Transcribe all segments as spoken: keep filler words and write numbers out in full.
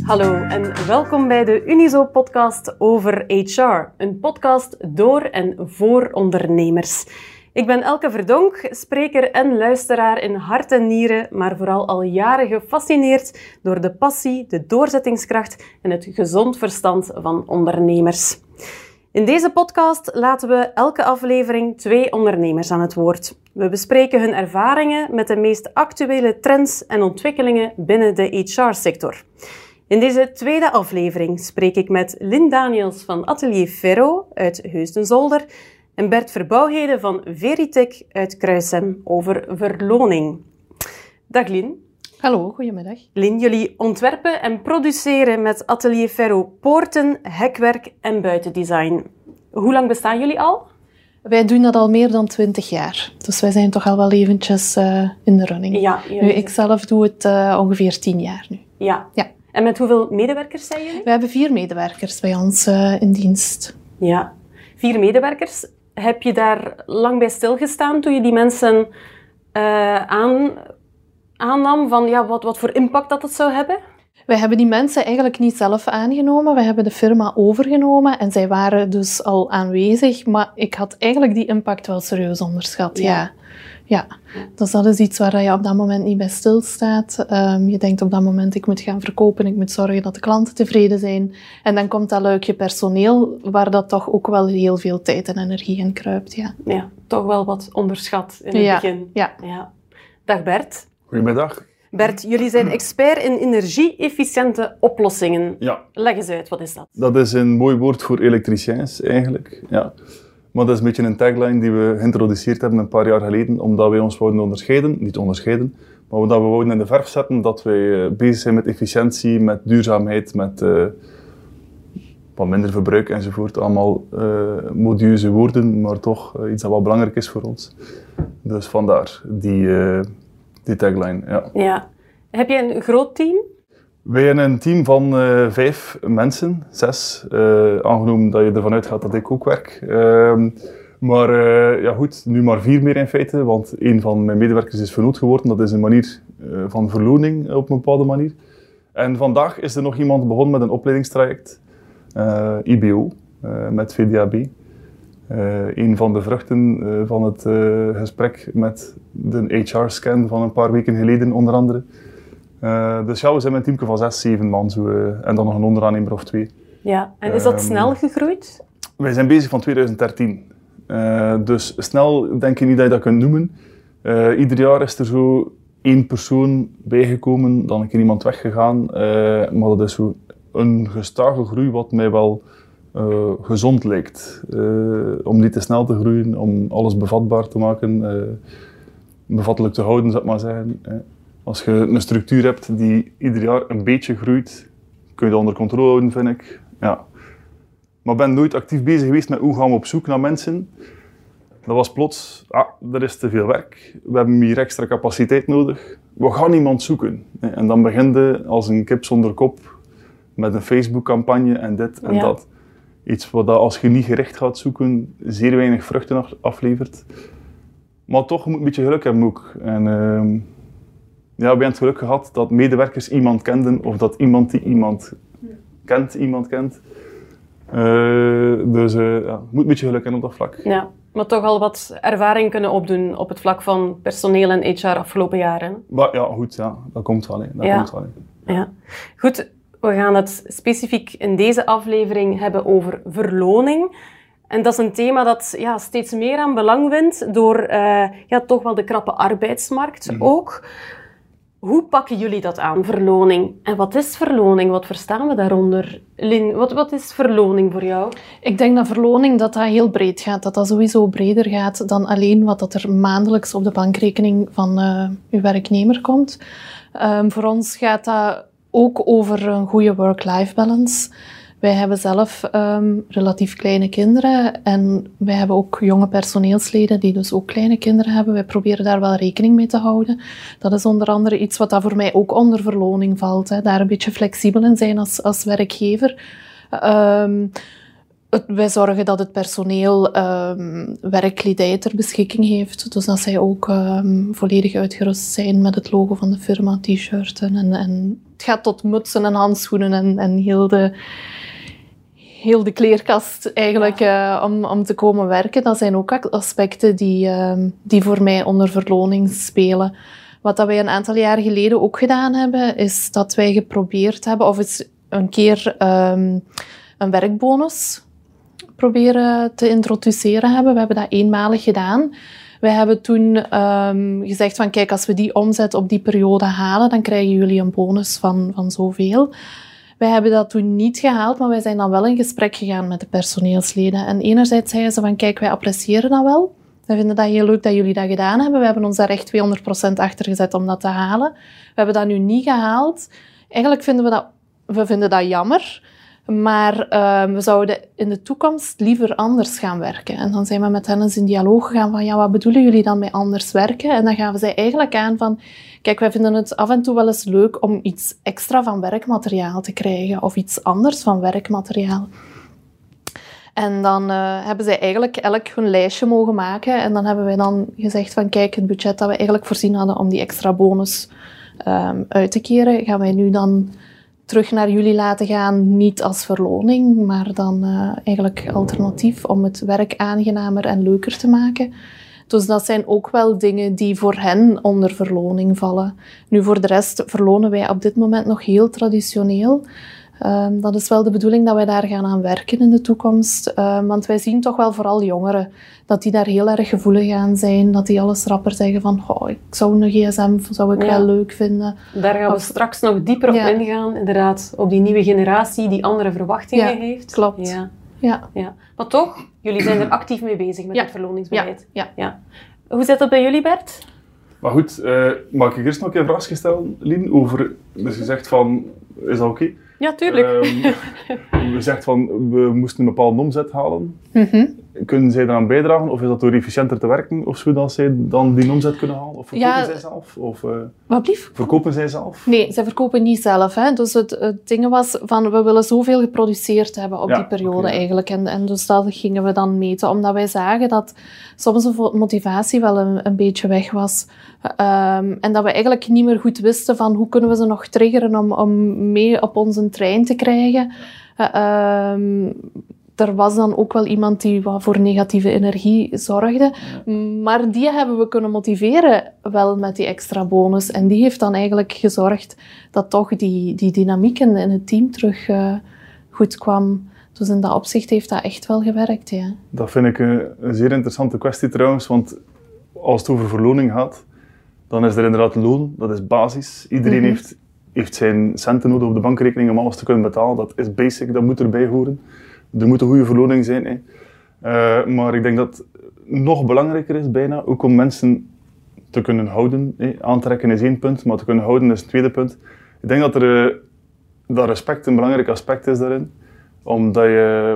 Hallo en welkom bij de Unizo-podcast over H R. Een podcast door en voor ondernemers. Ik ben Elke Verdonk, spreker en luisteraar in hart en nieren, maar vooral al jaren gefascineerd door de passie, de doorzettingskracht en het gezond verstand van ondernemers. In deze podcast laten we elke aflevering twee ondernemers aan het woord. We bespreken hun ervaringen met de meest actuele trends en ontwikkelingen binnen de H R-sector. In deze tweede aflevering spreek ik met Lynn Daniels van Atelier Ferro uit Heusden-Zolder en Bert Verbouwheden van Veritech uit Kruisem over verloning. Dag Lynn. Hallo, goedemiddag. Lynn, jullie ontwerpen en produceren met Atelier Ferro poorten, hekwerk en buitendesign. Hoe lang bestaan jullie al? Wij doen dat al meer dan twintig jaar. Dus wij zijn toch al wel eventjes uh, in de running. Ja, nu, ik zelf doe het uh, ongeveer tien jaar nu. Ja. ja. En met hoeveel medewerkers zijn jullie? We hebben vier medewerkers bij ons uh, in dienst. Ja, vier medewerkers. Heb je daar lang bij stilgestaan toen je die mensen uh, aan, aannam van ja, wat, wat voor impact dat het zou hebben? Wij hebben die mensen eigenlijk niet zelf aangenomen. We hebben de firma overgenomen en zij waren dus al aanwezig. Maar ik had eigenlijk die impact wel serieus onderschat, ja. ja. Ja, dus dat is iets waar je op dat moment niet bij stilstaat. Um, je denkt op dat moment, ik moet gaan verkopen, ik moet zorgen dat de klanten tevreden zijn. En dan komt dat luikje personeel, waar dat toch ook wel heel veel tijd en energie in kruipt. Ja, ja toch wel wat onderschat in het ja, begin. Ja. ja. Dag Bert. Goedemiddag. Bert, jullie zijn expert in energie-efficiënte oplossingen. Ja. Leg eens uit, wat is dat? Dat is een mooi woord voor elektriciens eigenlijk. Ja. Maar dat is een beetje een tagline die we geïntroduceerd hebben een paar jaar geleden, omdat wij ons wouden onderscheiden, niet onderscheiden, maar omdat we wouden in de verf zetten dat wij bezig zijn met efficiëntie, met duurzaamheid, met uh, wat minder verbruik enzovoort. Allemaal uh, modieuze woorden, maar toch uh, iets dat wat belangrijk is voor ons. Dus vandaar die, uh, die tagline. Ja. Ja. Heb je een groot team? Wij hebben een team van uh, vijf mensen, zes, uh, aangenomen dat je ervan uitgaat dat ik ook werk. Uh, maar uh, ja goed, nu maar vier meer in feite, want een van mijn medewerkers is vernoot geworden. Dat is een manier uh, van verloning op een bepaalde manier. En vandaag is er nog iemand begonnen met een opleidingstraject, uh, I B O, uh, met V D A B. Uh, een van de vruchten uh, van het uh, gesprek met de H R-scan van een paar weken geleden onder andere. Uh, dus ja, we zijn met een teamje van zes, zeven man zo, uh, en dan nog een onderaannemer of twee. Ja, en is dat um, snel gegroeid? Wij zijn bezig van twintig dertien. Uh, dus snel denk je niet dat je dat kunt noemen. Uh, ieder jaar is er zo één persoon bijgekomen, dan een keer iemand weggegaan. Uh, maar dat is zo een gestage groei wat mij wel uh, gezond lijkt. Uh, om niet te snel te groeien, om alles bevatbaar te maken, uh, bevattelijk te houden, zou ik maar zeggen. Uh. Als je een structuur hebt die ieder jaar een beetje groeit, kun je dat onder controle houden, vind ik. Ja. Maar ik ben nooit actief bezig geweest met hoe gaan we op zoek naar mensen. Dat was plots, ah, er is te veel werk, we hebben hier extra capaciteit nodig, we gaan iemand zoeken. En dan begin je als een kip zonder kop met een Facebook-campagne en dit en ja. dat. Iets wat als je niet gericht gaat zoeken, zeer weinig vruchten aflevert. Maar toch, je moet een beetje geluk hebben ook. En, uh, Ja, we hebben het geluk gehad dat medewerkers iemand kenden of dat iemand die iemand kent, iemand kent. Uh, dus uh, ja, moet een beetje geluk hebben op dat vlak. Ja, maar toch al wat ervaring kunnen opdoen op het vlak van personeel en H R afgelopen jaren. Maar, ja, goed, ja, dat komt wel. Hè. Dat ja. komt wel hè. Ja. Goed, we gaan het specifiek in deze aflevering hebben over verloning. En dat is een thema dat ja, steeds meer aan belang wint door uh, ja, toch wel de krappe arbeidsmarkt mm-hmm. ook. Hoe pakken jullie dat aan, verloning? En wat is verloning? Wat verstaan we daaronder? Lynn, wat, wat is verloning voor jou? Ik denk dat verloning dat dat heel breed gaat. Dat dat sowieso breder gaat dan alleen wat dat er maandelijks op de bankrekening van uh, uw werknemer komt. Um, voor ons gaat dat ook over een goede work-life balance. Wij hebben zelf um, relatief kleine kinderen en wij hebben ook jonge personeelsleden die dus ook kleine kinderen hebben. Wij proberen daar wel rekening mee te houden. Dat is onder andere iets wat dat voor mij ook onder verloning valt. Hè. Daar een beetje flexibel in zijn als, als werkgever. Um, het, wij zorgen dat het personeel um, werkkledij ter beschikking heeft. Dus dat zij ook um, volledig uitgerust zijn met het logo van de firma, t-shirten. En, en het gaat tot mutsen en handschoenen en, en heel de... heel de kleerkast eigenlijk uh, om, om te komen werken. Dat zijn ook aspecten die, uh, die voor mij onder verloning spelen. Wat dat wij een aantal jaar geleden ook gedaan hebben, is dat wij geprobeerd hebben, of eens een keer um, een werkbonus proberen te introduceren hebben. We hebben dat eenmalig gedaan. Wij hebben toen um, gezegd van, kijk, als we die omzet op die periode halen, dan krijgen jullie een bonus van, van zoveel. Wij hebben dat toen niet gehaald, maar wij zijn dan wel in gesprek gegaan met de personeelsleden. En enerzijds zeiden ze van, kijk, wij appreciëren dat wel. We vinden dat heel leuk dat jullie dat gedaan hebben. We hebben ons daar echt tweehonderd procent achter gezet om dat te halen. We hebben dat nu niet gehaald. Eigenlijk vinden we dat, we vinden dat jammer. Maar uh, we zouden in de toekomst liever anders gaan werken. En dan zijn we met hen eens in dialoog gegaan van, ja, wat bedoelen jullie dan met anders werken? En dan gaven zij eigenlijk aan van, kijk, wij vinden het af en toe wel eens leuk om iets extra van werkmateriaal te krijgen. Of iets anders van werkmateriaal. En dan uh, hebben zij eigenlijk elk hun lijstje mogen maken. En dan hebben wij dan gezegd van, kijk, het budget dat we eigenlijk voorzien hadden om die extra bonus um, uit te keren, gaan wij nu dan terug naar jullie laten gaan, niet als verloning, maar dan uh, eigenlijk alternatief om het werk aangenamer en leuker te maken. Dus dat zijn ook wel dingen die voor hen onder verloning vallen. Nu, voor de rest verlonen wij op dit moment nog heel traditioneel. Uh, dat is wel de bedoeling dat wij daar gaan aan werken in de toekomst. Uh, want wij zien toch wel vooral jongeren, dat die daar heel erg gevoelig aan zijn. Dat die alles rapper zeggen van, oh, ik zou een gsm zou ik ja. wel leuk vinden. Daar gaan we of, straks nog dieper op ja. ingaan. Inderdaad, op die nieuwe generatie die andere verwachtingen ja, heeft. Klopt. Ja. Ja. Ja. Maar toch, jullie zijn er actief mee bezig met ja. het verloningsbeleid. Ja. Ja. Ja. Hoe zit dat bij jullie, Bert? Maar goed, uh, mag ik eerst nog een vraag stellen, Lien? Over, dus je zegt van, is dat oké? Okay? Ja, tuurlijk. Um, je zegt van, we moesten een bepaalde omzet halen. Mm-hmm. Kunnen zij eraan bijdragen? Of is dat door efficiënter te werken? Of zo dat zij dan die omzet kunnen halen? Of verkopen ja, zij zelf? Of, uh, wat blief? Verkopen zij zelf? Nee, zij verkopen niet zelf. Hè. Dus het, het ding was van, we willen zoveel geproduceerd hebben op ja, die periode okay. eigenlijk. En, en dus dat gingen we dan meten. Omdat wij zagen dat soms de motivatie wel een, een beetje weg was. Um, en dat we eigenlijk niet meer goed wisten van hoe kunnen we ze nog triggeren om, om mee op onze trein te krijgen. Uh, um, er was dan ook wel iemand die wat voor negatieve energie zorgde. Ja. Maar die hebben we kunnen motiveren wel met die extra bonus. En die heeft dan eigenlijk gezorgd dat toch die, die dynamiek in, in het team terug uh, goed kwam. Dus in dat opzicht heeft dat echt wel gewerkt. Ja. Dat vind ik een, een zeer interessante kwestie trouwens. Want als het over verloning gaat, dan is er inderdaad loon. Dat is basis. Iedereen mm-hmm. heeft, heeft zijn centen nodig op de bankrekening om alles te kunnen betalen. Dat is basic, dat moet erbij horen. Er moet een goede verloning zijn. Hè. Uh, maar ik denk dat het nog belangrijker is bijna, ook om mensen te kunnen houden. Hè. Aantrekken is één punt, maar te kunnen houden is een tweede punt. Ik denk dat, er, uh, dat respect een belangrijk aspect is daarin. Omdat je,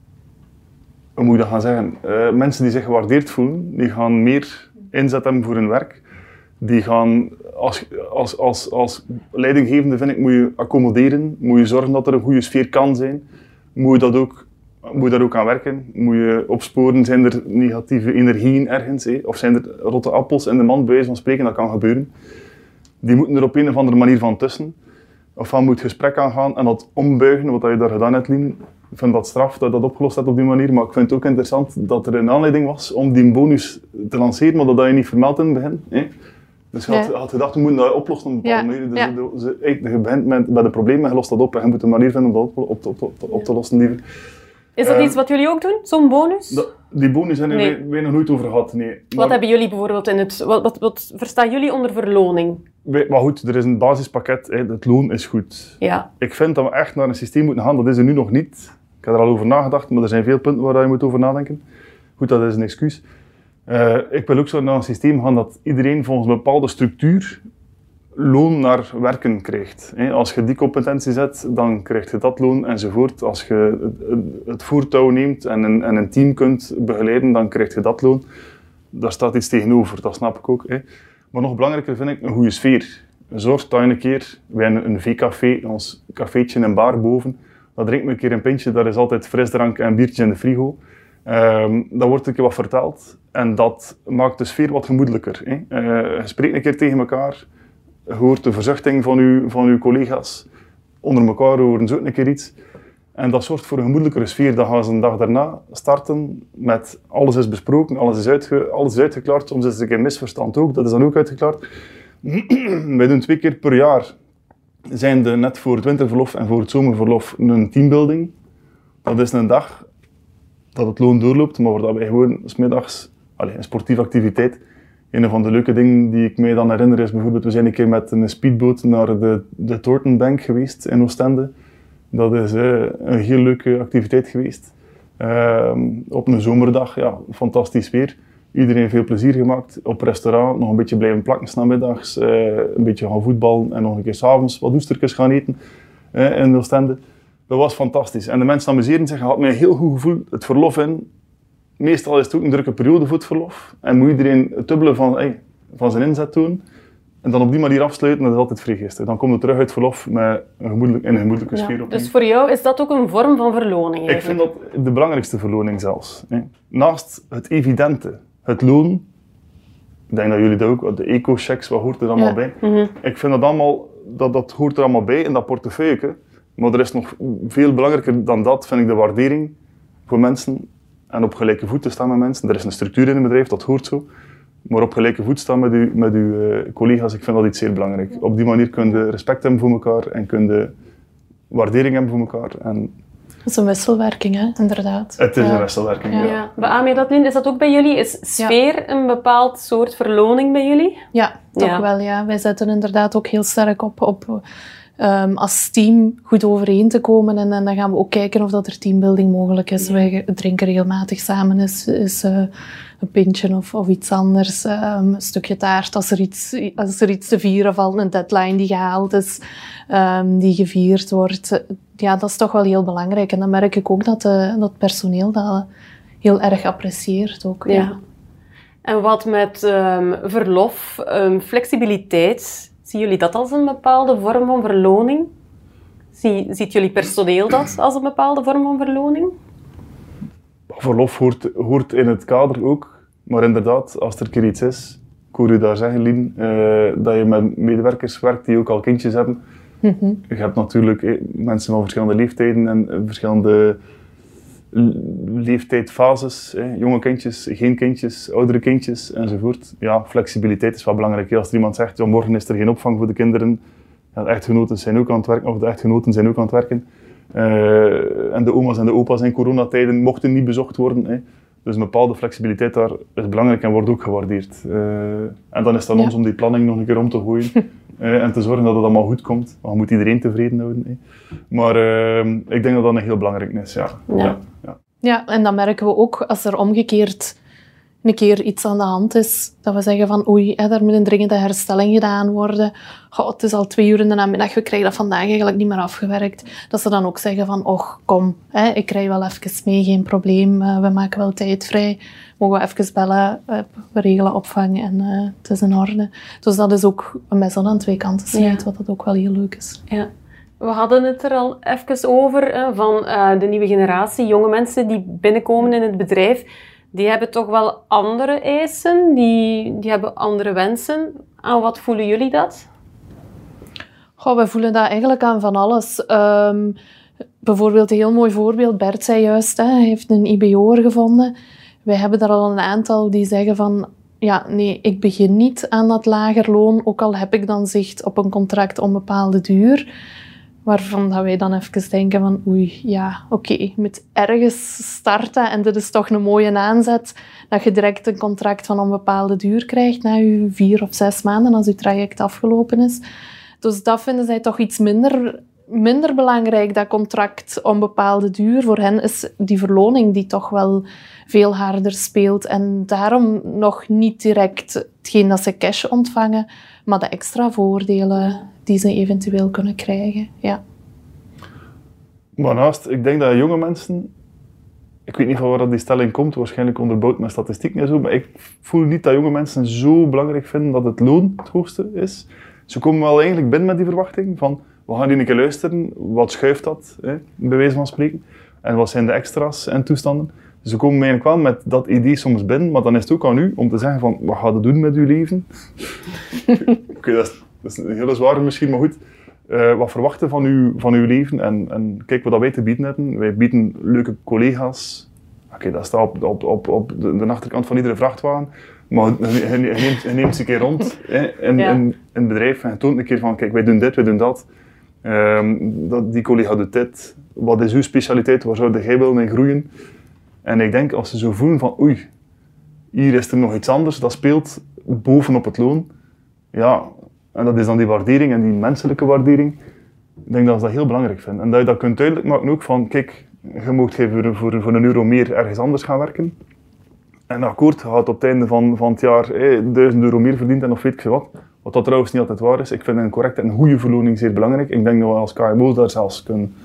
hoe moet je dat gaan zeggen, uh, mensen die zich gewaardeerd voelen, die gaan meer inzet hebben voor hun werk. Die gaan, als, als, als, als leidinggevende vind ik, moet je accommoderen, moet je zorgen dat er een goede sfeer kan zijn. Moet je, dat ook, moet je daar ook aan werken? Moet je opsporen, zijn er negatieve energieën ergens? Hé? Of zijn er rotte appels in de mand, bij wijze van spreken? Dat kan gebeuren. Die moeten er op een of andere manier van tussen. Ofwel moet je gesprek aangaan en dat ombuigen, wat je daar gedaan hebt, Lien. Ik vind dat straf dat je dat opgelost hebt op die manier, maar ik vind het ook interessant dat er een aanleiding was om die bonus te lanceren, maar dat had je niet vermeld in het begin. Hé? Dus je had, ja. had gedacht, we moeten dat oplossen op een bepaalde ja. manier. Dus ja. de, de, je begint met, met een probleem en je lost dat op. En je moet een manier vinden om dat op, op, op, op, op te lossen. Liever. Is dat uh, iets wat jullie ook doen? Zo'n bonus? Dat, die bonus hebben nee. wij, wij nog nooit over gehad. Nee. Maar, wat hebben jullie bijvoorbeeld in het... Wat, wat, wat verstaan jullie onder verloning? Wij, maar goed, er is een basispakket. Hè, het loon is goed. Ja. Ik vind dat we echt naar een systeem moeten gaan. Dat is er nu nog niet. Ik heb er al over nagedacht, maar er zijn veel punten waar je moet over nadenken. Goed, dat is een excuus. Uh, ik wil ook zo naar een systeem gaan dat iedereen volgens een bepaalde structuur loon naar werken krijgt. He, als je die competentie zet, dan krijg je dat loon enzovoort. Als je het, het voertouw neemt en een, en een team kunt begeleiden, dan krijg je dat loon. Daar staat iets tegenover, dat snap ik ook. He. Maar nog belangrijker vind ik een goede sfeer. Zorg dat je een keer, wij hebben een V-café, ons cafeetje en bar boven, dan drink ik een keer een pintje, daar is altijd frisdrank en biertje in de frigo. Um, dan wordt een keer wat verteld en dat maakt de sfeer wat gemoedelijker. Hè? Uh, je spreekt een keer tegen elkaar, je hoort de verzuchting van uw, van uw collega's. Onder elkaar horen ze ook een keer iets. En dat zorgt voor een gemoedelijkere sfeer. Dan gaan ze een dag daarna starten met alles is besproken, alles is, uitge, alles is uitgeklaard. Soms is er een keer misverstand ook, dat is dan ook uitgeklaard. Wij doen twee keer per jaar, zijn er net voor het winterverlof en voor het zomerverlof, een teambuilding. Dat is een dag dat het loon doorloopt, maar waar wij gewoon 's middags, allez, een sportieve activiteit. Een van de leuke dingen die ik mij dan herinner is bijvoorbeeld, we zijn een keer met een speedboot naar de, de Thorntonbank geweest in Oostende. Dat is uh, een heel leuke activiteit geweest. Uh, op een zomerdag, ja, fantastisch weer. Iedereen veel plezier gemaakt. Op restaurant nog een beetje blijven plakken 's namiddags. Uh, een beetje gaan voetballen en nog een keer 's avonds wat oestertjes gaan eten uh, in Oostende. Dat was fantastisch. En de mensen amuseren zich, had mij een heel goed gevoel. Het verlof in. Meestal is het ook een drukke periode voor het verlof. En moet iedereen het dubbele van, hey, van zijn inzet doen. En dan op die manier afsluiten, dat is altijd vrijgisteren. Dan komt het terug uit verlof met een gemoedelijk, in een gemoedelijke ja, sfeer op. Dus voor jou is dat ook een vorm van verloning eigenlijk? Ik vind dat de belangrijkste verloning zelfs. Hè. Naast het evidente, het loon, ik denk dat jullie dat ook, de eco-checks, wat hoort er allemaal ja. bij? Mm-hmm. Ik vind dat allemaal, dat, dat hoort er allemaal bij in dat portefeuille. Maar er is nog veel belangrijker dan dat, vind ik de waardering voor mensen en op gelijke voet te staan met mensen. Er is een structuur in het bedrijf, dat hoort zo. Maar op gelijke voet staan met uw, met uw uh, collega's, ik vind dat iets zeer belangrijk. Op die manier kun je respect hebben voor elkaar en kun je waardering hebben voor elkaar. En dat is een wisselwerking, hè? Inderdaad. Het is ja. een wisselwerking, ja. ja. ja. Beaam je dat, Lien? Is dat ook bij jullie? Is sfeer ja. een bepaald soort verloning bij jullie? Ja, toch ja. wel, ja. Wij zetten inderdaad ook heel sterk op, op um, als team goed overeen te komen. En, en dan gaan we ook kijken of dat er teambuilding mogelijk is. Ja. Wij drinken regelmatig samen is, is uh, een pintje of, of iets anders. Um, een stukje taart als er, iets, als er iets te vieren valt. Een deadline die gehaald is, um, die gevierd wordt. Ja, dat is toch wel heel belangrijk. En dan merk ik ook dat uh, dat personeel dat heel erg apprecieert ook. Ja. Ja. En wat met um, verlof, um, flexibiliteit, zien jullie dat als een bepaalde vorm van verloning? Zie, ziet jullie personeel dat als een bepaalde vorm van verloning? Verlof hoort, hoort in het kader ook. Maar inderdaad, als er een keer iets is, ik hoor u daar zeggen, Lien, uh, dat je met medewerkers werkt die ook al kindjes hebben. Mm-hmm. Je hebt natuurlijk eh, mensen van verschillende leeftijden en uh, verschillende leeftijdsfases. Eh, jonge kindjes, geen kindjes, oudere kindjes enzovoort. Ja, flexibiliteit is wel belangrijk. Als er iemand zegt, ja, morgen is er geen opvang voor de kinderen, ja, de echtgenoten zijn ook aan het werken, of de echtgenoten zijn ook aan het werken. Uh, en de oma's en de opa's in coronatijden mochten niet bezocht worden. Eh. Dus een bepaalde flexibiliteit daar is belangrijk en wordt ook gewaardeerd. Uh, en dan is het aan ja. ons om die planning nog een keer om te gooien. Uh, en te zorgen dat het allemaal goed komt. Want je moet iedereen tevreden houden. Eh. Maar uh, ik denk dat dat een heel belangrijk is. Ja. Ja. Ja, ja. ja, en dan merken we ook als er omgekeerd een keer iets aan de hand is, dat we zeggen van oei, hè, daar moet een dringende herstelling gedaan worden. Goh, het is al twee uur in de namiddag, we krijgen dat vandaag eigenlijk niet meer afgewerkt. Dat ze dan ook zeggen van, och, kom, hè, ik rij wel even mee, geen probleem, uh, we maken wel tijd vrij. Mogen we even bellen, uh, we regelen opvang en uh, het is in orde. Dus dat is ook een mes aan twee kanten snijdt, ja. wat dat ook wel heel leuk is. Ja. We hadden het er al even over, hè, van uh, de nieuwe generatie, jonge mensen die binnenkomen in het bedrijf. Die hebben toch wel andere eisen, die, die hebben andere wensen. Aan wat voelen jullie dat? Goh, wij voelen dat eigenlijk aan van alles. Um, bijvoorbeeld een heel mooi voorbeeld, Bert zei juist, hè, hij heeft een I B O'er gevonden. Wij hebben er al een aantal die zeggen van, ja, nee, ik begin niet aan dat lager loon, ook al heb ik dan zicht op een contract onbepaalde duur. Waarvan dat wij dan even denken van, oei, ja, oké, okay, je moet ergens starten en dit is toch een mooie aanzet, dat je direct een contract van onbepaalde duur krijgt na je vier of zes maanden als je traject afgelopen is. Dus dat vinden zij toch iets minder, minder belangrijk, dat contract onbepaalde duur. Voor hen is die verloning die toch wel veel harder speelt en daarom nog niet direct hetgeen dat ze cash ontvangen, maar de extra voordelen die ze eventueel kunnen krijgen. Ja. Maar naast, ik denk dat jonge mensen, ik weet niet van waar dat die stelling komt, waarschijnlijk onderbouwd met statistieken en zo, maar ik voel niet dat jonge mensen zo belangrijk vinden dat het loon het hoogste is. Ze komen wel eigenlijk binnen met die verwachting van, we gaan die een keer luisteren. Wat schuift dat, hè, bij wijze van spreken? En wat zijn de extra's en toestanden? Dus we komen eigenlijk wel met dat idee soms binnen, maar dan is het ook aan u om te zeggen van, wat gaat het doen met uw leven? Oké, okay, dat, dat is een hele zware misschien, maar goed. Uh, wat verwachten van uw, van uw leven? En, en kijk wat wij te bieden hebben. Wij bieden leuke collega's. Oké, okay, dat staat op, op, op, op de, de achterkant van iedere vrachtwagen. Maar je, je, je, neemt, je neemt ze een keer rond hè, in, ja. in, in het bedrijf en je toont een keer van, kijk, wij doen dit, wij doen dat. Um, dat die collega doet dit. Wat is uw specialiteit? Waar zou jij willen in groeien? En ik denk, als ze zo voelen van, oei, hier is er nog iets anders, dat speelt bovenop het loon. Ja, en dat is dan die waardering en die menselijke waardering. Ik denk dat ze dat heel belangrijk vinden. En dat je dat kunt duidelijk maken ook van, kijk, je mag voor, voor, voor een euro meer ergens anders gaan werken. En akkoord, je gaat op het einde van, van het jaar hey, duizend euro meer verdiend en of weet ik veel wat. Wat dat trouwens niet altijd waar is. Ik vind een correcte en goede verloning zeer belangrijk. Ik denk dat we als K M O daar zelfs kunnen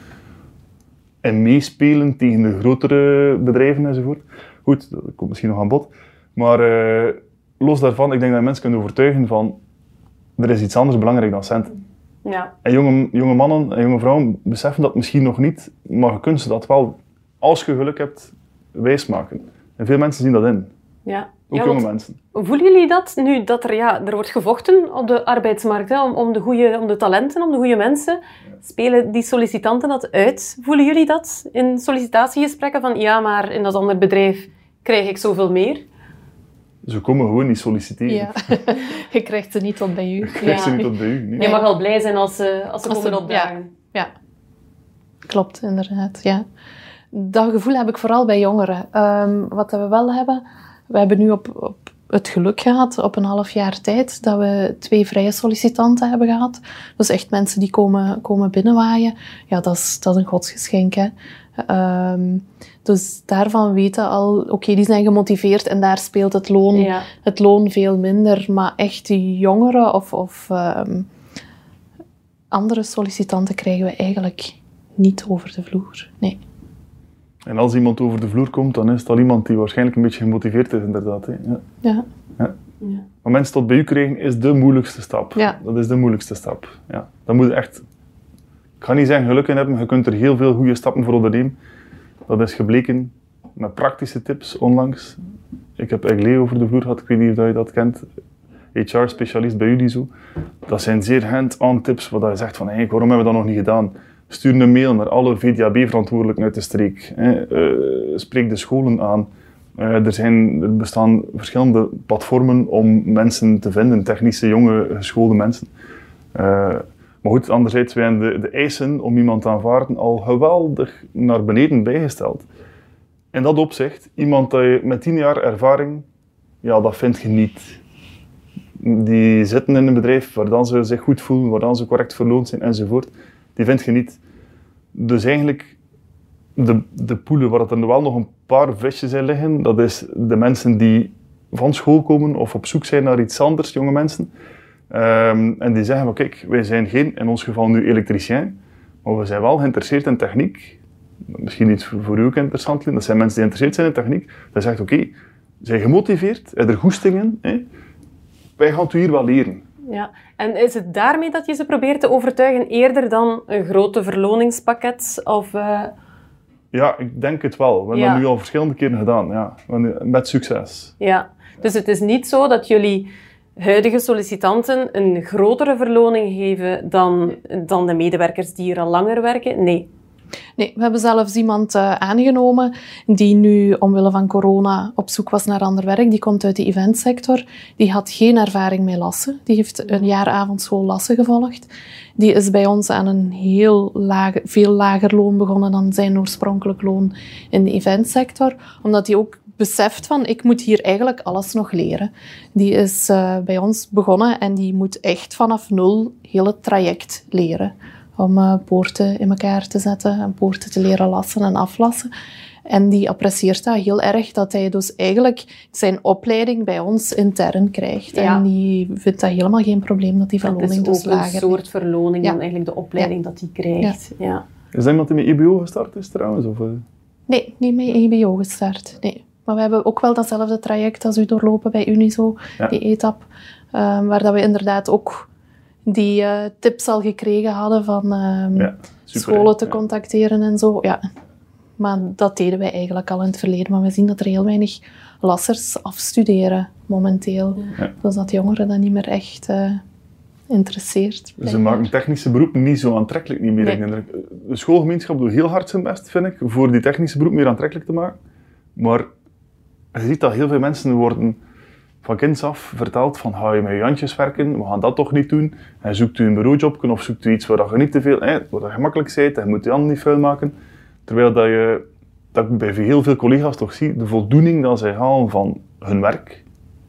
en meespelen tegen de grotere bedrijven enzovoort. Goed, dat komt misschien nog aan bod. Maar uh, los daarvan, ik denk dat mensen kunnen overtuigen van er is iets anders belangrijk dan centen. Ja. En jonge, jonge mannen en jonge vrouwen beseffen dat misschien nog niet, maar je kunt ze dat wel, als je geluk hebt, wijsmaken. En veel mensen zien dat in. Ja. Ook ja, jonge mensen. Voelen jullie dat nu, dat er, ja, er wordt gevochten op de arbeidsmarkt hè, om, om, de goede, om de talenten, om de goede mensen? Spelen die sollicitanten dat uit? Voelen jullie dat in sollicitatiegesprekken van ja, maar in dat andere bedrijf krijg ik zoveel meer? Ze komen gewoon niet solliciteren. Ja. Je krijgt ze niet tot bij u. Je krijgt ja. ze niet tot bij u. Nee. Je mag wel blij zijn als ze, als ze als komen opdagen. Ja. ja, klopt inderdaad. Ja. Dat gevoel heb ik vooral bij jongeren. Um, wat we wel hebben, we hebben nu op, op het geluk gehad, op een half jaar tijd, dat we twee vrije sollicitanten hebben gehad. Dus echt mensen die komen, komen binnenwaaien. Ja, dat is, dat is een godsgeschenk, hè. Um, dus daarvan weten al, oké, okay, die zijn gemotiveerd en daar speelt het loon, ja. het loon veel minder. Maar echt die jongeren of, of um, andere sollicitanten krijgen we eigenlijk niet over de vloer. Nee. En als iemand over de vloer komt, dan is het al iemand die waarschijnlijk een beetje gemotiveerd is, inderdaad. Hè. Ja. Ja. Ja. Ja. Maar mensen tot bij u krijgen is de moeilijkste stap. Ja. Dat is de moeilijkste stap. Ja. Dat moet echt... Ik ga niet zeggen geluk in hebben, je kunt er heel veel goede stappen voor ondernemen. Dat is gebleken met praktische tips onlangs. Ik heb Eglé over de vloer gehad, ik weet niet of je dat kent. H R-specialist bij jullie zo. Dat zijn zeer hand-on tips, wat je zegt van, hey, waarom hebben we dat nog niet gedaan? Stuur een mail naar alle V D A B-verantwoordelijken uit de streek. Hè. Uh, spreek de scholen aan. Uh, er, zijn, er bestaan verschillende platformen om mensen te vinden, technische, jonge, geschoolde mensen. Uh, maar goed, anderzijds zijn de, de eisen om iemand te aanvaarden al geweldig naar beneden bijgesteld. In dat opzicht, iemand dat je met tien jaar ervaring, ja, dat vind je niet. Die zitten in een bedrijf waar dan ze zich goed voelen, waar dan ze correct verloond zijn enzovoort. Die vind je niet. Dus eigenlijk, de, de poelen waar er wel nog een paar visjes in liggen, dat is de mensen die van school komen of op zoek zijn naar iets anders, jonge mensen. Um, en die zeggen, kijk, wij zijn geen, in ons geval nu elektricien, maar we zijn wel geïnteresseerd in techniek. Misschien iets voor, voor u ook interessant, dat zijn mensen die geïnteresseerd zijn in techniek. Dan zegt, oké, okay, zijn gemotiveerd, heb er goestingen, hè? Wij gaan het u hier wel leren. Ja, en is het daarmee dat je ze probeert te overtuigen eerder dan een grote verloningspakket? Of, uh... Ja, ik denk het wel. We hebben ja. dat nu al verschillende keren gedaan, ja. Met succes. Ja, dus het is niet zo dat jullie huidige sollicitanten een grotere verloning geven dan, dan de medewerkers die hier al langer werken? Nee. Nee, we hebben zelfs iemand uh, aangenomen die nu omwille van corona op zoek was naar ander werk. Die komt uit de eventsector. Die had geen ervaring met lassen. Die heeft een jaar avondschool lassen gevolgd. Die is bij ons aan een heel lage, veel lager loon begonnen dan zijn oorspronkelijk loon in de eventsector. Omdat hij ook beseft van, ik moet hier eigenlijk alles nog leren. Die is uh, bij ons begonnen en die moet echt vanaf nul heel het traject leren. Om uh, poorten in elkaar te zetten en poorten te leren lassen en aflassen. En die apprecieert dat heel erg, dat hij dus eigenlijk zijn opleiding bij ons intern krijgt. Ja. En die vindt dat helemaal geen probleem dat die verloning dus lager is. Het is ook een soort verloning ja. dan eigenlijk de opleiding ja. dat hij krijgt. Ja. Ja. Is dat iemand die met E B O gestart is trouwens? Of? Nee, niet met E B O gestart. Nee. Maar we hebben ook wel datzelfde traject als u doorlopen bij Unizo, ja. die E T A P. Um, waar dat we inderdaad ook die uh, tips al gekregen hadden van uh, ja, super, scholen te ja. contacteren en zo. Ja. Maar dat deden wij eigenlijk al in het verleden. Maar we zien dat er heel weinig lassers afstuderen momenteel. Ja. Dus dat jongeren dat niet meer echt uh, interesseert. Ze maken technische beroepen niet zo aantrekkelijk niet meer. Nee. De schoolgemeenschap doet heel hard zijn best, vind ik, voor die technische beroepen meer aantrekkelijk te maken. Maar je ziet dat heel veel mensen worden van kinds af verteld van ga je met je handjes werken, we gaan dat toch niet doen. En zoekt u een bureaujob of zoekt u iets waar je niet te veel, eh, waar je gemakkelijk bent en je moet je handen niet vuil maken. Terwijl dat je, dat ik bij heel veel collega's toch zie, de voldoening dat zij halen van hun werk.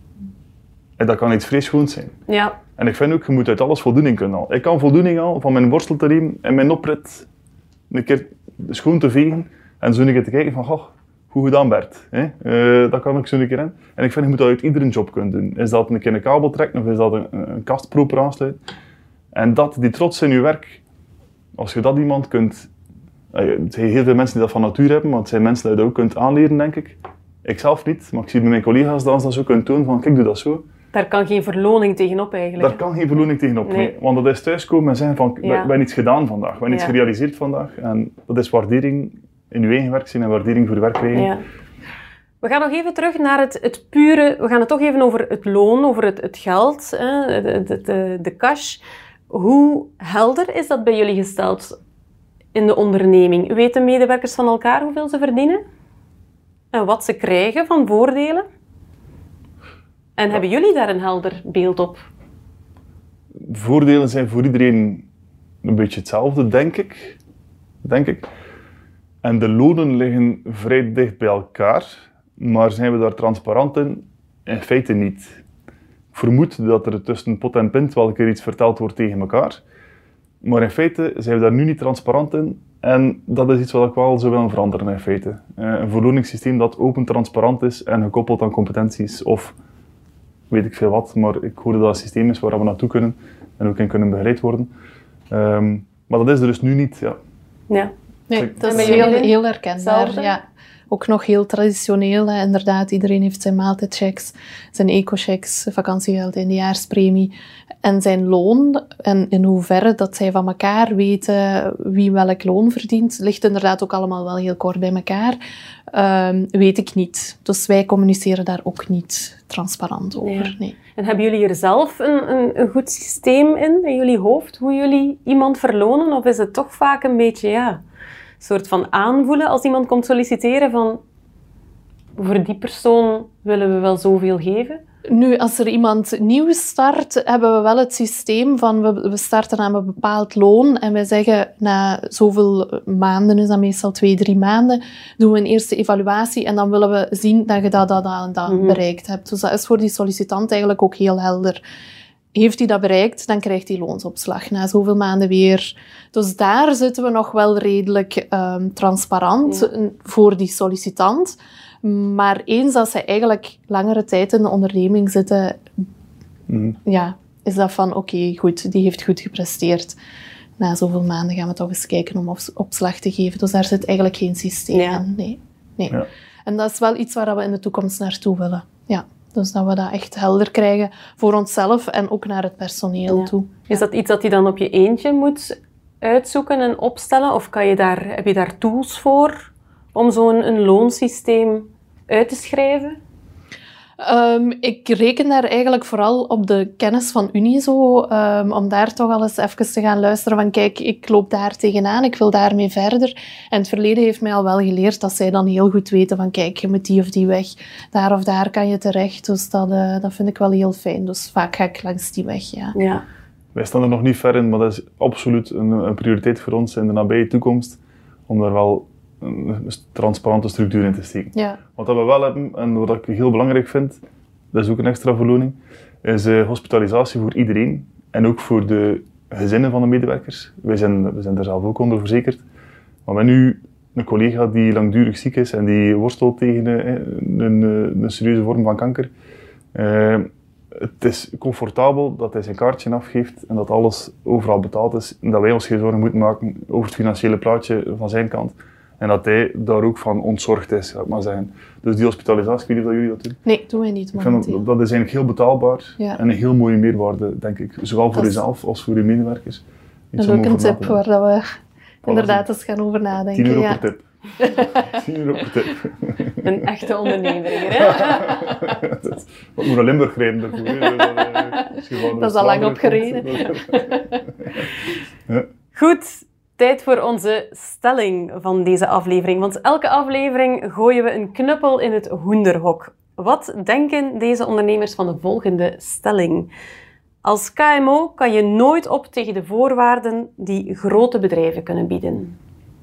En dat kan iets vreselijk zijn. Ja. En ik vind ook, je moet uit alles voldoening kunnen halen. Ik kan voldoening halen van mijn borstel te nemen en mijn oprit een keer schoon te vegen en zo een keer te kijken van, goh, hoe gedaan Bert. Hè? Uh, dat kan ik zo een keer in. En ik vind, je moet dat uit iedere job kunnen doen. Is dat een keer een kabel trekken of is dat een, een kast proper aansluiten? En dat, die trots in je werk, als je dat iemand kunt... Uh, er zijn heel veel mensen die dat van natuur hebben, maar het zijn mensen die je dat ook kunt aanleren, denk ik. Ik zelf niet, maar ik zie bij mijn collega's dat ze dat zo kunnen tonen van, kijk, doe dat zo. Daar kan geen verloning tegenop eigenlijk. Daar kan geen verloning tegenop, nee. nee. Want dat is thuiskomen en zeggen van, we ja. hebben iets gedaan vandaag, we hebben iets ja. gerealiseerd vandaag. En dat is waardering in je eigen werk zien en waardering voor je werk krijgen. Ja. We gaan nog even terug naar het, het pure, we gaan het toch even over het loon, over het, het geld, hè, de, de, de, de cash. Hoe helder is dat bij jullie gesteld in de onderneming? Weten medewerkers van elkaar hoeveel ze verdienen? En wat ze krijgen van voordelen? En ja. hebben jullie daar een helder beeld op? Voordelen zijn voor iedereen een beetje hetzelfde, denk ik. Denk ik. En de lonen liggen vrij dicht bij elkaar, maar zijn we daar transparant in? In feite niet. Ik vermoed dat er tussen pot en pint wel een keer iets verteld wordt tegen elkaar, maar in feite zijn we daar nu niet transparant in en dat is iets wat ik wel zou willen veranderen in feite. Een verloningssysteem dat open, transparant is en gekoppeld aan competenties of weet ik veel wat, maar ik hoor dat het een systeem is waar we naartoe kunnen en ook in kunnen begeleid worden. Um, maar dat is er dus nu niet, ja. Ja. Nee, dat is heel, heel herkenbaar. Ja. Ook nog heel traditioneel, hè. Inderdaad. Iedereen heeft zijn maaltijdchecks, zijn eco-checks, vakantiegeld, eindejaarspremie en zijn loon. En in hoeverre dat zij van elkaar weten wie welk loon verdient, ligt inderdaad ook allemaal wel heel kort bij elkaar. Um, weet ik niet. Dus wij communiceren daar ook niet transparant over. Ja. Nee. En hebben jullie er zelf een, een, een goed systeem in, in jullie hoofd, hoe jullie iemand verlonen? Of is het toch vaak een beetje, ja... een soort van aanvoelen als iemand komt solliciteren van voor die persoon willen we wel zoveel geven? Nu, als er iemand nieuw start, hebben we wel het systeem van we, we starten aan een bepaald loon en wij zeggen na zoveel maanden, is dat meestal twee, drie maanden, doen we een eerste evaluatie en dan willen we zien dat je dat, dat, dat, dat mm-hmm. bereikt hebt. Dus dat is voor die sollicitant eigenlijk ook heel helder. Heeft hij dat bereikt, dan krijgt hij loonsopslag na zoveel maanden weer. Dus daar zitten we nog wel redelijk um, transparant ja. voor die sollicitant. Maar eens dat zij eigenlijk langere tijd in de onderneming zitten, mm. ja, is dat van oké, okay, goed, die heeft goed gepresteerd. Na zoveel maanden gaan we toch eens kijken om opslag te geven. Dus daar zit eigenlijk geen systeem ja. in. Nee. Nee. Ja. En dat is wel iets waar we in de toekomst naartoe willen. Ja. Dus dat we dat echt helder krijgen voor onszelf en ook naar het personeel ja. toe. Is dat iets dat je dan op je eentje moet uitzoeken en opstellen? Of kan je daar, heb je daar tools voor om zo'n een loonsysteem uit te schrijven? Um, ik reken daar eigenlijk vooral op de kennis van Unizo, um, om daar toch al eens even te gaan luisteren van kijk, ik loop daar tegenaan, ik wil daarmee verder. En het verleden heeft mij al wel geleerd dat zij dan heel goed weten van kijk, je moet die of die weg, daar of daar kan je terecht. Dus dat, uh, dat vind ik wel heel fijn. Dus vaak ga ik langs die weg, ja. ja. Wij staan er nog niet ver in, maar dat is absoluut een, een prioriteit voor ons in de nabije toekomst, om daar wel een transparante structuur in te steken. Ja. Wat we wel hebben, en wat ik heel belangrijk vind, dat is ook een extra verloning, is uh, hospitalisatie voor iedereen. En ook voor de gezinnen van de medewerkers. Wij zijn, wij zijn daar zelf ook onder verzekerd. Maar met nu een collega die langdurig ziek is en die worstelt tegen uh, een, een, een serieuze vorm van kanker. Uh, het is comfortabel dat hij zijn kaartje afgeeft en dat alles overal betaald is. En dat wij ons geen zorgen moeten maken over het financiële plaatje van zijn kant. En dat hij daar ook van ontzorgd is, zou ik maar zeggen. Dus die hospitalisatie, ik weet niet of jullie dat doen. Nee, doen wij niet Ik vind dat, dat is eigenlijk heel betaalbaar ja. en een heel mooie meerwaarde, denk ik. Zowel voor dat jezelf als voor je medewerkers. Dat is ook een tip waar dat we voilà, inderdaad eens gaan over nadenken. tien euro ja. per tip. tien euro per tip. Een echte ondernemer hier, hè? Wat moet naar Limburg rijden daarvoor? Hè? Dat, uh, dat is al lang opgereden. Ja. Goed, tijd voor onze stelling van deze aflevering. Want elke aflevering gooien we een knuppel in het hoenderhok. Wat denken deze ondernemers van de volgende stelling? Als K M O kan je nooit op tegen de voorwaarden die grote bedrijven kunnen bieden.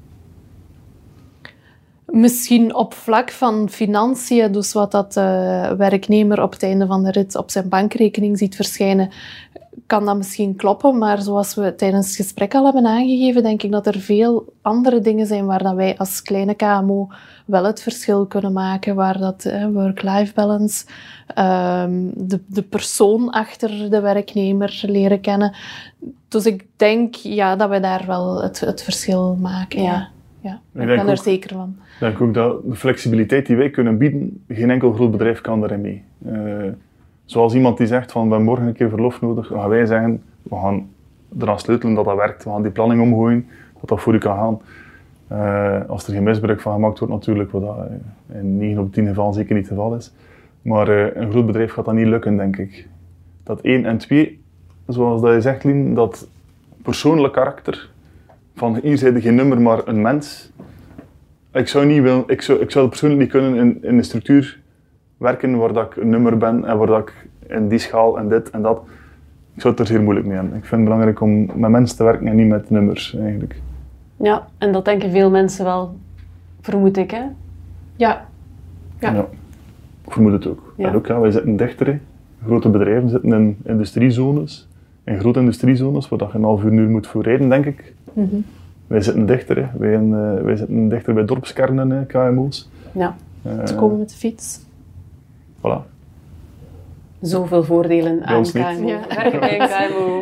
Misschien op vlak van financiën, dus wat dat de werknemer op het einde van de rit op zijn bankrekening ziet verschijnen, kan dat misschien kloppen. Maar zoals we tijdens het gesprek al hebben aangegeven, denk ik dat er veel andere dingen zijn waar dat wij als kleine K M O wel het verschil kunnen maken. Waar dat eh, work-life balance, um, de, de persoon achter de werknemer leren kennen. Dus ik denk ja, dat wij daar wel het, het verschil maken. Ja. Ja. Ja, ik, ik ben er ook, zeker van. Ik denk ook dat de flexibiliteit die wij kunnen bieden, geen enkel groot bedrijf kan daarin mee. Uh, zoals iemand die zegt van, we hebben morgen een keer verlof nodig, dan gaan wij zeggen, we gaan eraan sleutelen dat dat werkt. We gaan die planning omgooien, dat dat voor u kan gaan. Uh, als er geen misbruik van gemaakt wordt natuurlijk, wat dat in negen op tien gevallen zeker niet het geval is. Maar uh, een groot bedrijf gaat dat niet lukken, denk ik. Dat één en twee, zoals dat je zegt, Lien, dat persoonlijk karakter, van hier zijn er geen nummer, maar een mens. Ik zou, niet willen, ik zou, ik zou persoonlijk niet kunnen in, in een structuur werken waar dat ik een nummer ben en waar dat ik in die schaal en dit en dat. Ik zou het er zeer moeilijk mee hebben. Ik vind het belangrijk om met mensen te werken en niet met nummers eigenlijk. Ja, en dat denken veel mensen wel, vermoed ik, hè? Ja. Ja. ja. Ik vermoed het ook. Ja. En ook ja, wij zitten dichter, hè. Grote bedrijven zitten in industriezones, in grote industriezones, waar je een half uur, een uur moet voor rijden, denk ik. Mm-hmm. Wij zitten dichter, hè. Wij, uh, wij zitten dichter bij dorpskernen, hè, K M O's. Ja. Uh, Te komen met de fiets. Voilà. Zoveel voordelen aan K M O. Ja. Werken bij een K M O.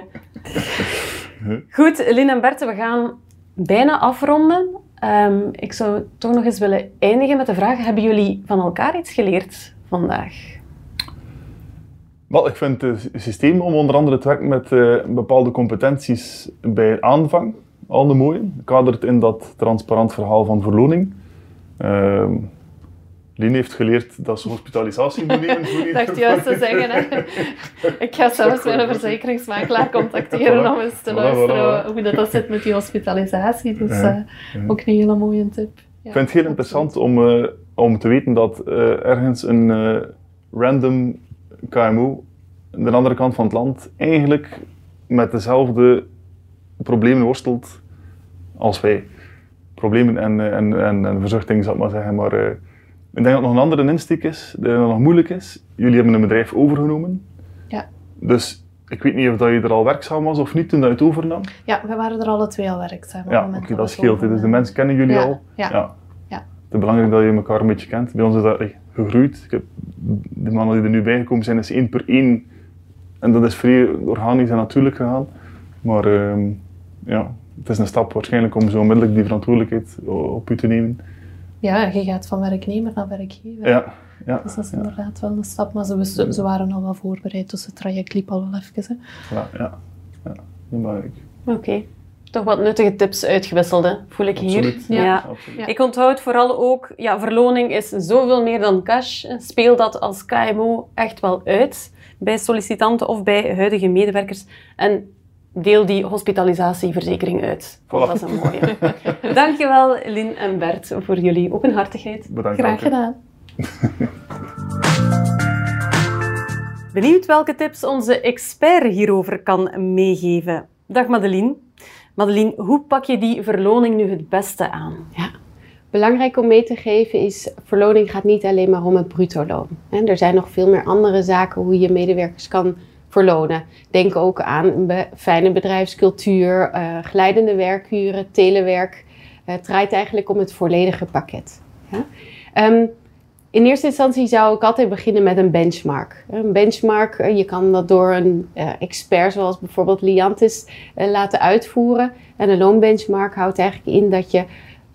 Goed, Lien en Bert, we gaan bijna afronden. Um, ik zou toch nog eens willen eindigen met de vraag, hebben jullie van elkaar iets geleerd vandaag? Wel, ik vind het systeem om onder andere te werken met uh, bepaalde competenties bij aanvang al de mooie. Kadert in dat transparant verhaal van verloning. Uh, Lien heeft geleerd dat ze hospitalisatie moet nemen voor iedereen. Dacht juist te zeggen, hè. Ik ga zelfs mijn verzekeringsmakelaar contacteren voilà. om eens te voilà, luisteren voilà. hoe dat, dat zit met die hospitalisatie. Dus uh, ja, ja. ook een hele mooie tip. Ja, ik vind het heel interessant om, uh, om te weten dat uh, ergens een uh, random K M O aan de andere kant van het land eigenlijk met dezelfde problemen worstelt als wij. Problemen en, en, en, en verzuchting, zal ik maar zeggen. Maar uh, ik denk dat nog een andere insteek is, dat nog moeilijk is. Jullie hebben een bedrijf overgenomen. Ja. Dus ik weet niet of dat je er al werkzaam was of niet toen dat je het overnam. Ja, we waren er alle twee al werkzaam. Ja, oké, okay, dat scheelt. Dus de mensen kennen jullie ja. al. Ja. Ja. Ja. Het is belangrijk dat je elkaar een beetje kent. Bij ons is dat echt gegroeid. Ik heb, de mannen die er nu bijgekomen zijn, is één per één. En dat is vrij organisch en natuurlijk gegaan. Maar uh, ja, het is een stap waarschijnlijk om zo onmiddellijk die verantwoordelijkheid op u te nemen. Ja, je gaat van werknemer naar werkgever. Ja, ja, dus dat is ja. inderdaad wel een stap. Maar ze, ze waren al wel voorbereid, dus het traject liep al wel even. Hè. Ja, ja, ja, dat is belangrijk. Oké. Okay. Toch wat nuttige tips uitgewisseld, hè? Voel ik hier. Absoluut. Ja. Ja. Absoluut. Ja. Ik onthoud vooral ook, ja, verloning is zoveel meer dan cash. Speel dat als K M O echt wel uit bij sollicitanten of bij huidige medewerkers. En deel die hospitalisatieverzekering uit. Voilà. Dat is een mooie. Dankjewel, Lien en Bert, voor jullie openhartigheid. Bedankt. Graag gedaan. Benieuwd welke tips onze expert hierover kan meegeven. Dag Madeleine. Madeleine, hoe pak je die verloning nu het beste aan? Ja. Belangrijk om mee te geven is, verloning gaat niet alleen maar om het bruto loon. Er zijn nog veel meer andere zaken hoe je medewerkers kan verlonen. Denk ook aan een be- fijne bedrijfscultuur, uh, glijdende werkuren, telewerk. Uh, het draait eigenlijk om het volledige pakket. Ja? Um, in eerste instantie zou ik altijd beginnen met een benchmark. Een benchmark, uh, je kan dat door een uh, expert zoals bijvoorbeeld Liantis uh, laten uitvoeren. En een loonbenchmark houdt eigenlijk in dat je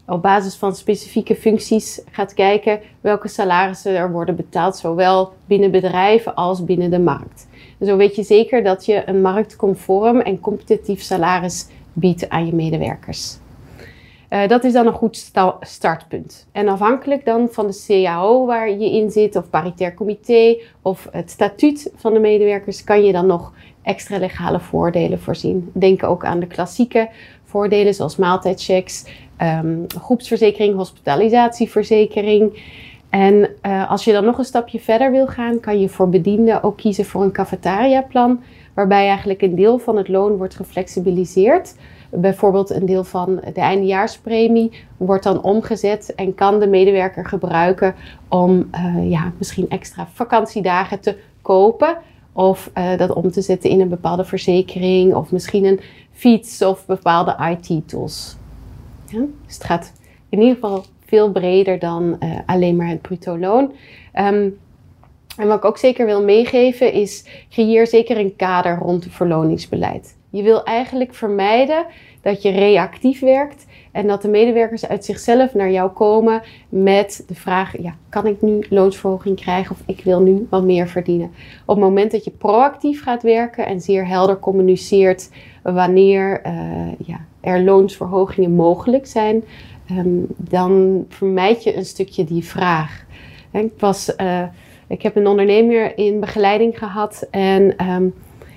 op basis van specifieke functies gaat kijken welke salarissen er worden betaald, zowel binnen bedrijven als binnen de markt. En zo weet je zeker dat je een marktconform en competitief salaris biedt aan je medewerkers. Uh, dat is dan een goed sta- startpunt. En afhankelijk dan van de C A O waar je in zit, of paritair comité, of het statuut van de medewerkers, kan je dan nog extra legale voordelen voorzien. Denk ook aan de klassieke voordelen zoals maaltijdchecks, um, groepsverzekering, hospitalisatieverzekering. En uh, als je dan nog een stapje verder wil gaan, kan je voor bedienden ook kiezen voor een cafetariaplan, waarbij eigenlijk een deel van het loon wordt geflexibiliseerd. Bijvoorbeeld een deel van de eindejaarspremie wordt dan omgezet en kan de medewerker gebruiken om uh, ja, misschien extra vakantiedagen te kopen of uh, dat om te zetten in een bepaalde verzekering of misschien een fiets of bepaalde I T-tools. Ja? Dus het gaat in ieder geval veel breder dan uh, alleen maar het bruto loon. Um, en wat ik ook zeker wil meegeven is, creëer zeker een kader rond het verloningsbeleid. Je wil eigenlijk vermijden dat je reactief werkt en dat de medewerkers uit zichzelf naar jou komen met de vraag, ja, kan ik nu loonsverhoging krijgen of ik wil nu wat meer verdienen. Op het moment dat je proactief gaat werken en zeer helder communiceert wanneer uh, ja, er loonsverhogingen mogelijk zijn, um, dan vermijd je een stukje die vraag. En ik, was, uh, ik heb een ondernemer in begeleiding gehad en um,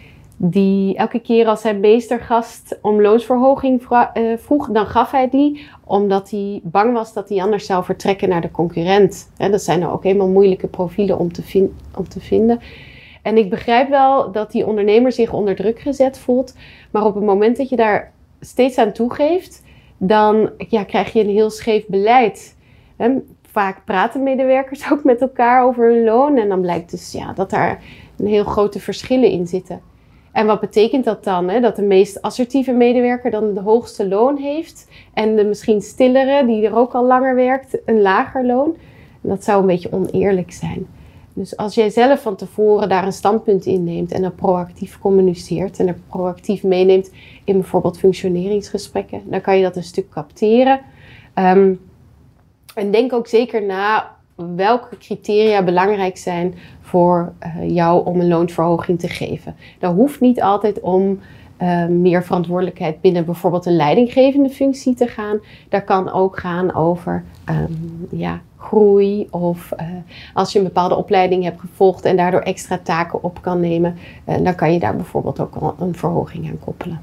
die elke keer als zijn meestergast om loonsverhoging vroeg, dan gaf hij die, omdat hij bang was dat hij anders zou vertrekken naar de concurrent. En dat zijn nou ook helemaal moeilijke profielen om te, vin- om te vinden. En ik begrijp wel dat die ondernemer zich onder druk gezet voelt, maar op het moment dat je daar steeds aan toegeeft, dan ja, krijg je een heel scheef beleid. En vaak praten medewerkers ook met elkaar over hun loon en dan blijkt dus ja, dat daar een heel grote verschillen in zitten. En wat betekent dat dan? Hè? Dat de meest assertieve medewerker dan de hoogste loon heeft en de misschien stillere, die er ook al langer werkt, een lager loon. En dat zou een beetje oneerlijk zijn. Dus als jij zelf van tevoren daar een standpunt in neemt en dan proactief communiceert en er proactief meeneemt in bijvoorbeeld functioneringsgesprekken, dan kan je dat een stuk capteren. Um, en denk ook zeker na welke criteria belangrijk zijn voor uh, jou om een loonsverhoging te geven. Dat hoeft niet altijd om uh, meer verantwoordelijkheid binnen bijvoorbeeld een leidinggevende functie te gaan. Dat kan ook gaan over um, ja, groei of uh, als je een bepaalde opleiding hebt gevolgd en daardoor extra taken op kan nemen, uh, dan kan je daar bijvoorbeeld ook een verhoging aan koppelen.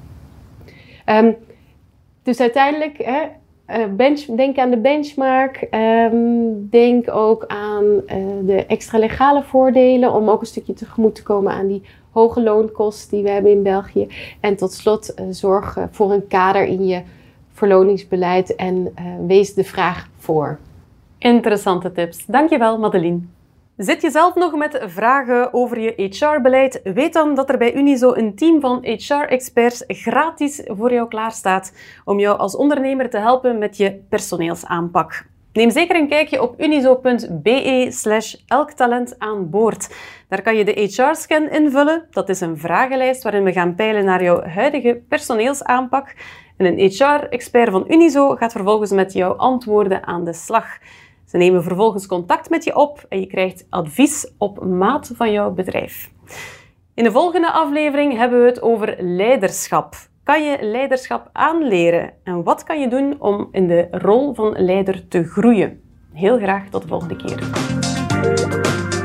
Um, dus uiteindelijk, hè, Uh, bench, denk aan de benchmark, um, denk ook aan uh, de extra legale voordelen om ook een stukje tegemoet te komen aan die hoge loonkost die we hebben in België. En tot slot uh, zorg uh, voor een kader in je verloningsbeleid en uh, wees de vraag voor. Interessante tips. Dankjewel, Madeleine. Zit je zelf nog met vragen over je H R-beleid? Weet dan dat er bij Unizo een team van H R-experts gratis voor jou klaarstaat om jou als ondernemer te helpen met je personeelsaanpak. Neem zeker een kijkje op unizo.be slash elktalent aan boord. Daar kan je de H R-scan invullen. Dat is een vragenlijst waarin we gaan peilen naar jouw huidige personeelsaanpak. En een H R-expert van Unizo gaat vervolgens met jouw antwoorden aan de slag. Ze nemen vervolgens contact met je op en je krijgt advies op maat van jouw bedrijf. In de volgende aflevering hebben we het over leiderschap. Kan je leiderschap aanleren? En wat kan je doen om in de rol van leider te groeien? Heel graag tot de volgende keer.